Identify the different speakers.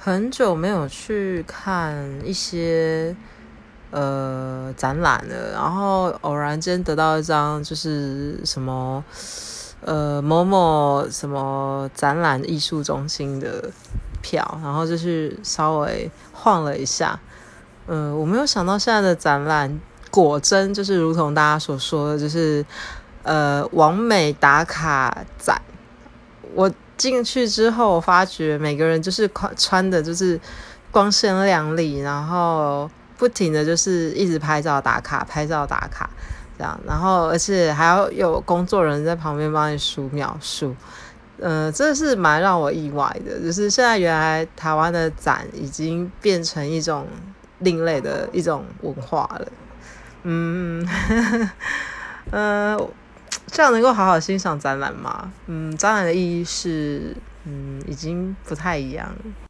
Speaker 1: 很久没有去看一些展览了，然后偶然间得到一张就是什么某某什么展览艺术中心的票，然后就去稍微晃了一下。我没有想到现在的展览果真就是如同大家所说的，就是网美打卡展。我进去之后，我发觉每个人就是穿的就是光鲜亮丽，然后不停的就是一直拍照打卡，拍照打卡这样，然后而且还要有工作人员在旁边帮你数秒数。这是蛮让我意外的，就是现在原来台湾的展已经变成一种另类的一种文化了。这样能够好好欣赏展览吗？展览的意义是，已经不太一样了。